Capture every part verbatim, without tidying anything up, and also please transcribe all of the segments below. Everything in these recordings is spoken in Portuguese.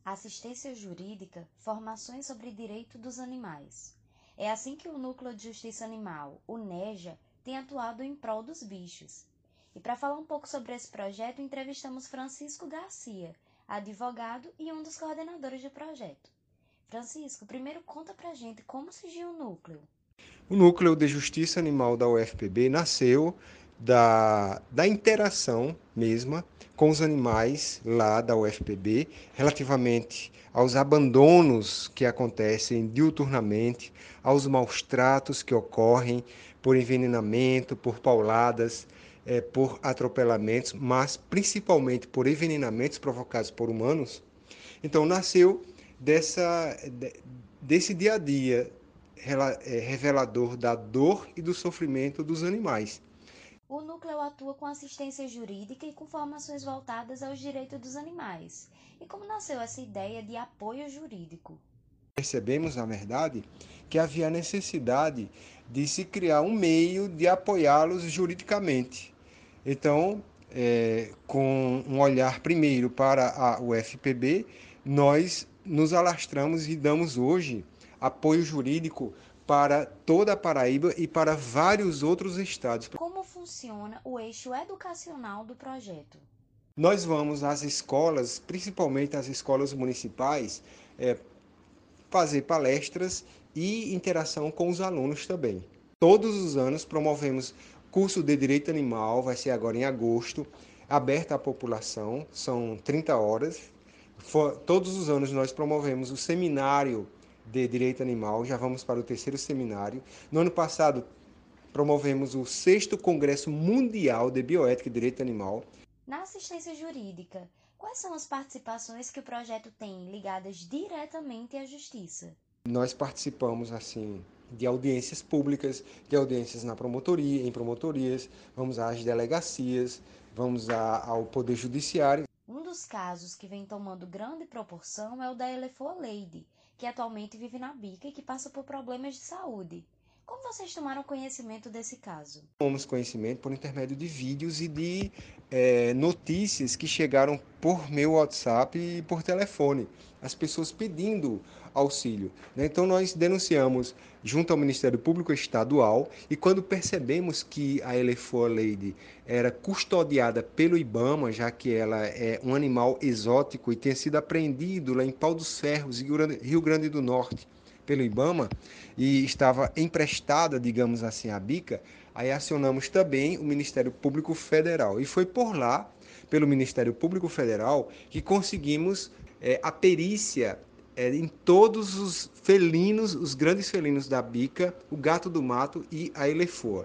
assistência jurídica, formações sobre direito dos animais. É assim que o Núcleo de Justiça Animal, o NEJA, tem atuado em prol dos bichos. E para falar um pouco sobre esse projeto, entrevistamos Francisco Garcia, advogado e um dos coordenadores do projeto. Francisco, primeiro conta pra gente como surgiu o núcleo. O Núcleo de Justiça Animal da U F P B nasceu da, da interação mesma com os animais lá da U F P B, relativamente aos abandonos que acontecem diuturnamente, aos maus tratos que ocorrem por envenenamento, por pauladas, é, por atropelamentos, mas principalmente por envenenamentos provocados por humanos. Então, nasceu dessa, desse dia a dia revelador da dor e do sofrimento dos animais. O núcleo atua com assistência jurídica e com formações voltadas aos direitos dos animais. E como nasceu essa ideia de apoio jurídico? Percebemos, na verdade, que havia necessidade de se criar um meio de apoiá-los juridicamente. Então, é, com um olhar primeiro para a U F P B, nós nos alastramos e damos hoje apoio jurídico para toda a Paraíba e para vários outros estados. Como funciona o eixo educacional do projeto? Nós vamos às escolas, principalmente às escolas municipais, é, fazer palestras e interação com os alunos também. Todos os anos promovemos curso de Direito Animal, vai ser agora em agosto, aberto à população, são trinta horas. Todos os anos nós promovemos o seminário de Direito Animal, já vamos para o terceiro seminário. No ano passado, promovemos o sexto Congresso Mundial de Bioética e Direito Animal. Na assistência jurídica, quais são as participações que o projeto tem ligadas diretamente à justiça? Nós participamos, assim, de audiências públicas, de audiências na promotoria, em promotorias, vamos às delegacias, vamos a, ao Poder Judiciário. Um dos casos que vem tomando grande proporção é o da Elefoa Lady, que atualmente vive na bica e que passa por problemas de saúde. Como vocês tomaram conhecimento desse caso? Tomamos conhecimento por intermédio de vídeos e de é, notícias que chegaram por meu WhatsApp e por telefone, as pessoas pedindo auxílio. Né? Então nós denunciamos junto ao Ministério Público Estadual e quando percebemos que a Elefoa Lady era custodiada pelo IBAMA, já que ela é um animal exótico e tinha sido apreendido lá em Pau dos Ferros, Rio Grande do Norte, pelo IBAMA, e estava emprestada, digamos assim, à bica, aí acionamos também o Ministério Público Federal. E foi por lá, pelo Ministério Público Federal, que conseguimos é, a perícia é, em todos os felinos, os grandes felinos da bica, o gato do mato e a elefoa.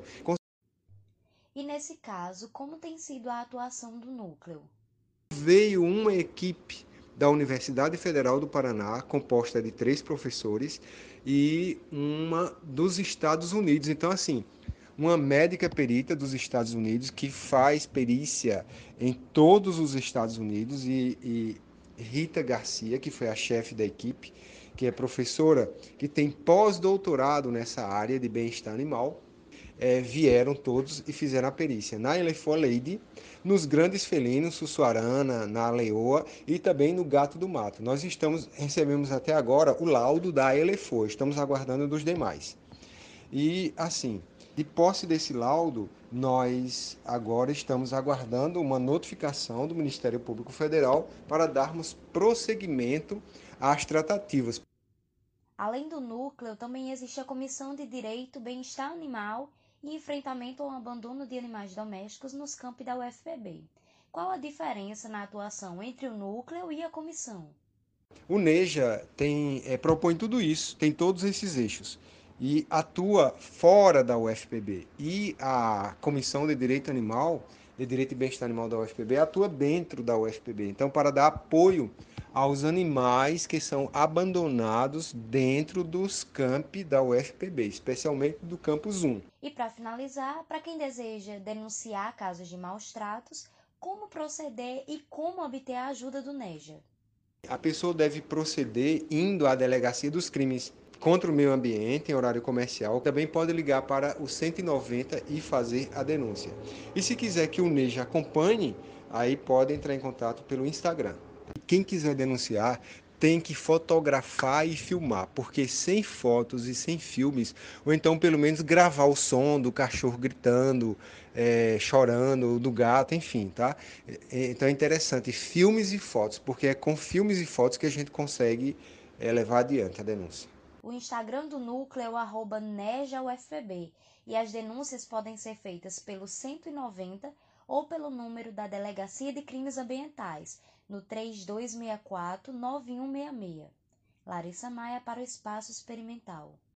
E nesse caso, como tem sido a atuação do núcleo? Veio uma equipe da Universidade Federal do Paraná, composta de três professores, e uma dos Estados Unidos. Então, assim, uma médica perita dos Estados Unidos que faz perícia em todos os Estados Unidos, e, e Rita Garcia, que foi a chefe da equipe, que é professora, que tem pós-doutorado nessa área de bem-estar animal, é, vieram todos e fizeram a perícia na Elefoa Lady, nos grandes felinos, Sussuarana, na leoa e também no gato do mato. Nós estamos recebemos até agora o laudo da Elefoa, estamos aguardando dos demais. E assim, de posse desse laudo, nós agora estamos aguardando uma notificação do Ministério Público Federal para darmos prosseguimento às tratativas. Além do núcleo, também existe a Comissão de Direito, Bem-Estar Animal e Enfrentamento ao Abandono de Animais Domésticos nos campi da U F P B. Qual a diferença na atuação entre o núcleo e a comissão? O NEJA tem, é, propõe tudo isso, tem todos esses eixos e atua fora da U F P B. E a Comissão de Direito Animal, de Direito e Bem-Estar Animal da U F P B, atua dentro da U F P B. Então, para dar apoio aos animais que são abandonados dentro dos campi da U F P B, especialmente do campus um. E para finalizar, para quem deseja denunciar casos de maus tratos, como proceder e como obter a ajuda do NEJA? A pessoa deve proceder indo à Delegacia dos Crimes contra o Meio Ambiente em horário comercial. Também pode ligar para o cento e noventa e fazer a denúncia. E se quiser que o NEJA acompanhe, aí pode entrar em contato pelo Instagram. Quem quiser denunciar tem que fotografar e filmar, porque sem fotos e sem filmes, ou então pelo menos gravar o som do cachorro gritando, é, chorando, do gato, enfim, tá? É, então é interessante, filmes e fotos, porque é com filmes e fotos que a gente consegue é, levar adiante a denúncia. O Instagram do núcleo é o arroba nejaufb e as denúncias podem ser feitas pelo cento e noventa ou pelo número da Delegacia de Crimes Ambientais no três dois seis quatro nove um seis seis. Larissa Maia para o Espaço Experimental.